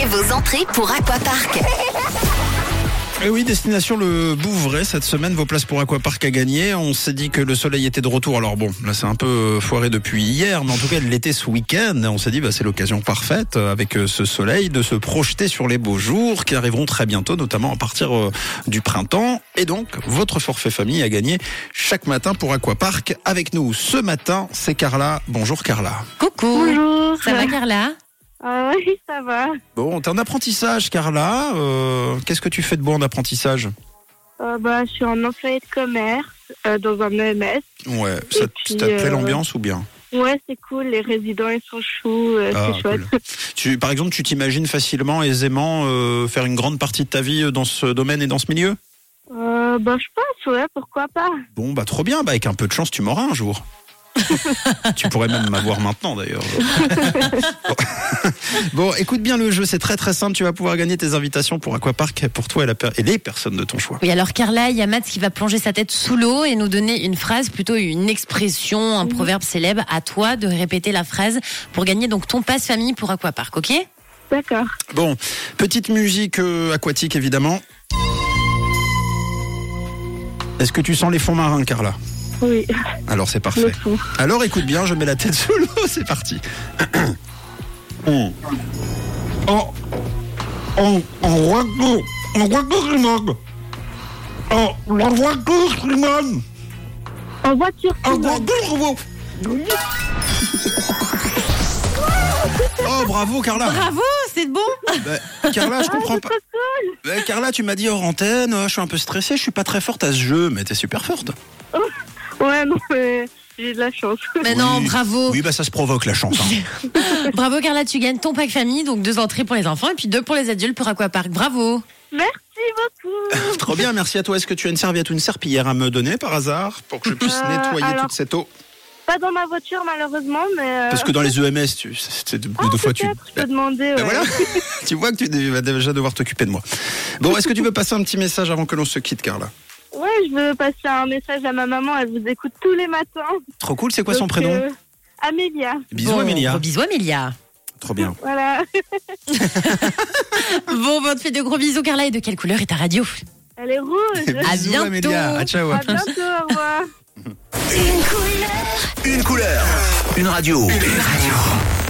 Gagnez vos entrées pour Aquapark. Et oui, destination le Bouvray cette semaine, vos places pour Aquapark à gagner. On s'est dit que le soleil était de retour. Alors bon, là c'est un peu foiré depuis hier, mais en tout cas il l'était ce week-end. On s'est dit c'est l'occasion parfaite avec ce soleil de se projeter sur les beaux jours qui arriveront très bientôt, notamment à partir du printemps. Et donc votre forfait famille à gagner chaque matin pour Aquapark avec nous. Ce matin, c'est Carla. Bonjour Carla. Coucou. Bonjour. Ça va Carla? Oui, ça va. Bon, t'es en apprentissage Carla. Qu'est-ce que tu fais de beau en apprentissage? Je suis en employé de commerce dans un EMS. Ouais, ça te plaît l'ambiance ou bien? Ouais, c'est cool. Les résidents, ils sont choux. C'est chouette. Cool. Par exemple, tu t'imagines facilement, aisément faire une grande partie de ta vie dans ce domaine et dans ce milieu? Je pense, ouais, pourquoi pas. Bon, trop bien. Avec un peu de chance, tu m'auras un jour. Tu pourrais même m'avoir maintenant d'ailleurs. Bon, écoute bien le jeu, c'est très très simple. Tu vas pouvoir gagner tes invitations pour Aquapark pour toi et les personnes de ton choix. Oui, alors Carla, il y a Matt qui va plonger sa tête sous l'eau et nous donner une phrase, plutôt une expression, un proverbe célèbre. À toi de répéter la phrase pour gagner donc ton passe famille pour Aquapark, ok? D'accord. Bon, petite musique aquatique évidemment. Est-ce que tu sens les fonds marins, Carla? Oui. Alors c'est parfait. Alors écoute bien, je mets la tête sous l'eau, c'est parti. On En voiture. Oh bravo Carla. Bravo, c'est bon. Carla, je comprends pas. Carla, tu m'as dit hors antenne, je suis un peu stressée, je suis pas très forte à ce jeu, mais t'es super forte. Ouais, non, mais j'ai de la chance. Mais non, bravo. Oui, ça se provoque la chance. Hein. Bravo Carla, tu gagnes ton pack famille, donc 2 entrées pour les enfants et puis 2 pour les adultes pour Aquapark. Bravo. Merci beaucoup. Trop bien, merci à toi. Est-ce que tu as une serviette ou une serpillière à me donner par hasard pour que je puisse nettoyer toute cette eau? Pas dans ma voiture malheureusement, mais... Parce que dans les EMS, c'est deux fois tu... Je peux demander, ouais. Voilà. Tu vois que tu vas déjà devoir t'occuper de moi. Bon, est-ce que tu veux passer un petit message avant que l'on se quitte, Carla? Ouais, je veux passer un message à ma maman, elle vous écoute tous les matins. Trop cool, c'est quoi son prénom? Amélia. Bisous Amélia. Bisous Amélia. Trop bien. Voilà. Bon, on te fait de gros bisous Carla, et de quelle couleur est ta radio? Elle est rouge. À Bisous bientôt. Amélia. À ciao. À bientôt, au revoir. Une couleur. Une couleur. Une radio. Une radio.